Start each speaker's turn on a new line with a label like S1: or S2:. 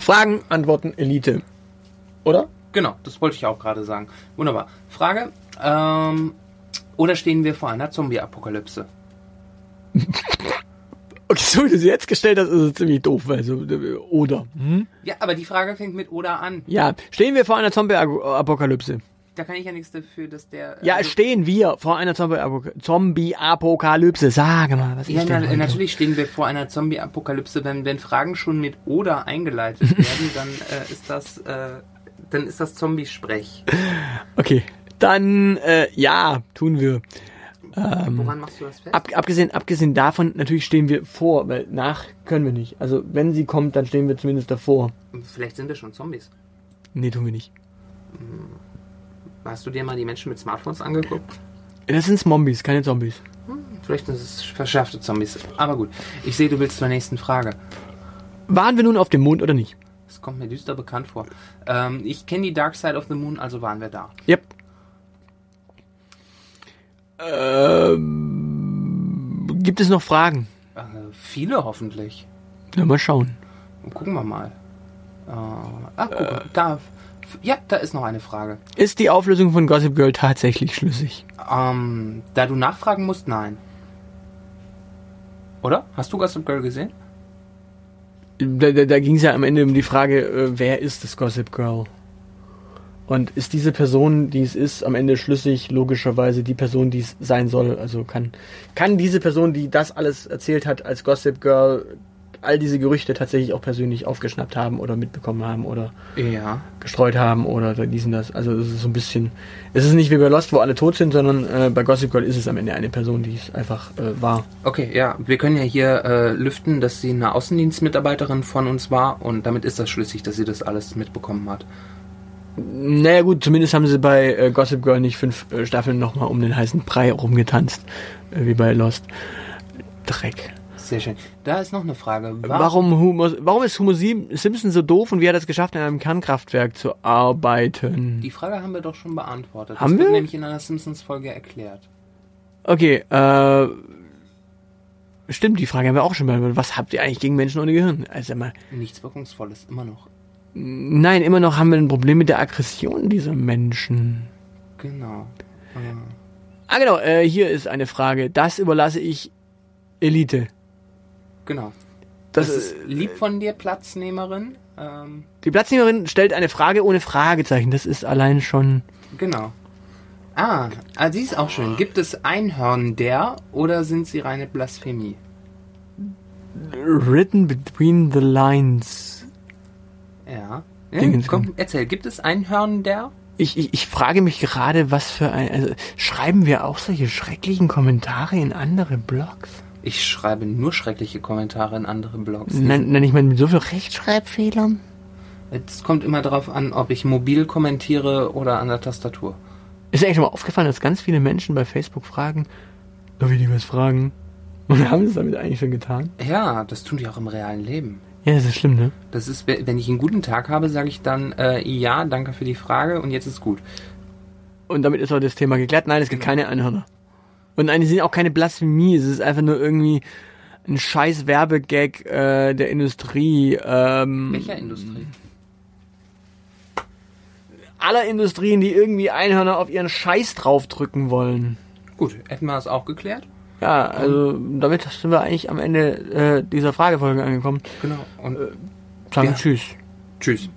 S1: Fragen, Antworten, Elite. Oder?
S2: Genau, das wollte ich auch gerade sagen. Wunderbar. Frage, oder stehen wir vor einer Zombie-Apokalypse?
S1: Okay, so wie du sie jetzt gestellt hast, ist es ziemlich doof. Also, oder.
S2: Ja, aber die Frage fängt mit oder an.
S1: Ja, stehen wir vor einer Zombie-Apokalypse?
S2: Da kann ich ja nichts dafür, dass der...
S1: Ja, stehen wir vor einer Zombie-Apokalypse. Sage mal, was
S2: Ja,
S1: ist denn heute?
S2: natürlich stehen wir vor einer Zombie-Apokalypse. Wenn Fragen schon mit oder eingeleitet werden, dann ist das Zombie-Sprech.
S1: Okay, dann, ja, tun wir.
S2: Woran machst du das fest?
S1: Abgesehen davon, natürlich stehen wir vor, weil nach können wir nicht. Also, wenn sie kommt, dann stehen wir zumindest davor.
S2: Vielleicht sind wir schon Zombies.
S1: Nee, tun wir nicht.
S2: Hast du dir mal die Menschen mit Smartphones angeguckt?
S1: Das sind Zombies, keine Zombies.
S2: Vielleicht sind es verschärfte Zombies. Aber gut, ich sehe, du willst zur nächsten Frage.
S1: Waren wir nun auf dem Mond oder nicht?
S2: Das kommt mir düster bekannt vor. Ich kenne die Dark Side of the Moon, also waren wir da.
S1: Yep. Gibt es noch Fragen?
S2: Viele hoffentlich.
S1: Na, mal schauen.
S2: Gucken wir mal. Da ist noch eine Frage.
S1: Ist die Auflösung von Gossip Girl tatsächlich schlüssig?
S2: Da du nachfragen musst, nein. Oder? Hast du Gossip Girl gesehen?
S1: Da ging es ja am Ende um die Frage, wer ist das Gossip Girl? Und ist diese Person, die es ist, am Ende schlüssig, logischerweise die Person, die es sein soll? Also kann diese Person, die das alles erzählt hat als Gossip Girl, all diese Gerüchte tatsächlich auch persönlich aufgeschnappt haben oder mitbekommen haben oder gestreut haben oder dies und das. Also es ist so ein bisschen, es ist nicht wie bei Lost, wo alle tot sind, sondern bei Gossip Girl ist es am Ende eine Person, die es einfach war.
S2: Okay, ja, wir können ja hier lüften, dass sie eine Außendienstmitarbeiterin von uns war und damit ist das schlüssig, dass sie das alles mitbekommen hat.
S1: Naja gut, zumindest haben sie bei Gossip Girl nicht 5 Staffeln nochmal um den heißen Brei rumgetanzt, wie bei Lost. Dreck.
S2: Sehr schön. Da ist noch eine Frage.
S1: Warum ist Homer Simpson so doof und wie hat er es geschafft, in einem Kernkraftwerk zu arbeiten?
S2: Die Frage haben wir doch schon beantwortet.
S1: Haben wir?
S2: Das wird nämlich in einer Simpsons-Folge erklärt.
S1: Okay, stimmt, die Frage haben wir auch schon beantwortet. Was habt ihr eigentlich gegen Menschen ohne Gehirn? Also mal.
S2: Nichts Wirkungsvolles, immer noch.
S1: Nein, immer noch haben wir ein Problem mit der Aggression dieser Menschen.
S2: Genau.
S1: Genau, hier ist eine Frage. Das überlasse ich Elite.
S2: Genau. Das ist lieb von dir, Platznehmerin.
S1: Die Platznehmerin stellt eine Frage ohne Fragezeichen. Das ist allein schon...
S2: Genau. Die ist auch schön. Gibt es Einhörner oder sind sie reine Blasphemie?
S1: Written between the lines.
S2: Ja. Komm, erzähl. Gibt es Einhörner?
S1: Ich frage mich gerade, was für ein... Also, schreiben wir auch solche schrecklichen Kommentare in andere Blogs?
S2: Ich schreibe nur schreckliche Kommentare in andere Blogs.
S1: Nein, ich meine mit so viel Rechtschreibfehlern?
S2: Es kommt immer darauf an, ob ich mobil kommentiere oder an der Tastatur.
S1: Ist dir eigentlich schon mal aufgefallen, dass ganz viele Menschen bei Facebook fragen, darf ich dich was fragen? Und haben sie es damit eigentlich schon getan?
S2: Ja, das tun die auch im realen Leben.
S1: Ja, das ist schlimm, ne?
S2: Das ist, wenn ich einen guten Tag habe, sage ich dann, ja, danke für die Frage und jetzt ist gut.
S1: Und damit ist auch das Thema geklärt. Nein, es gibt keine Einhörner. Und nein, die sind auch keine Blasphemie. Es ist einfach nur irgendwie ein scheiß Werbegag der Industrie.
S2: Welcher Industrie?
S1: Aller Industrien, die irgendwie Einhörner auf ihren Scheiß draufdrücken wollen.
S2: Gut, hätten wir das auch geklärt?
S1: Ja, also damit sind wir eigentlich am Ende dieser Fragefolge angekommen.
S2: Genau. Und
S1: sagen Tschüss.
S2: Tschüss.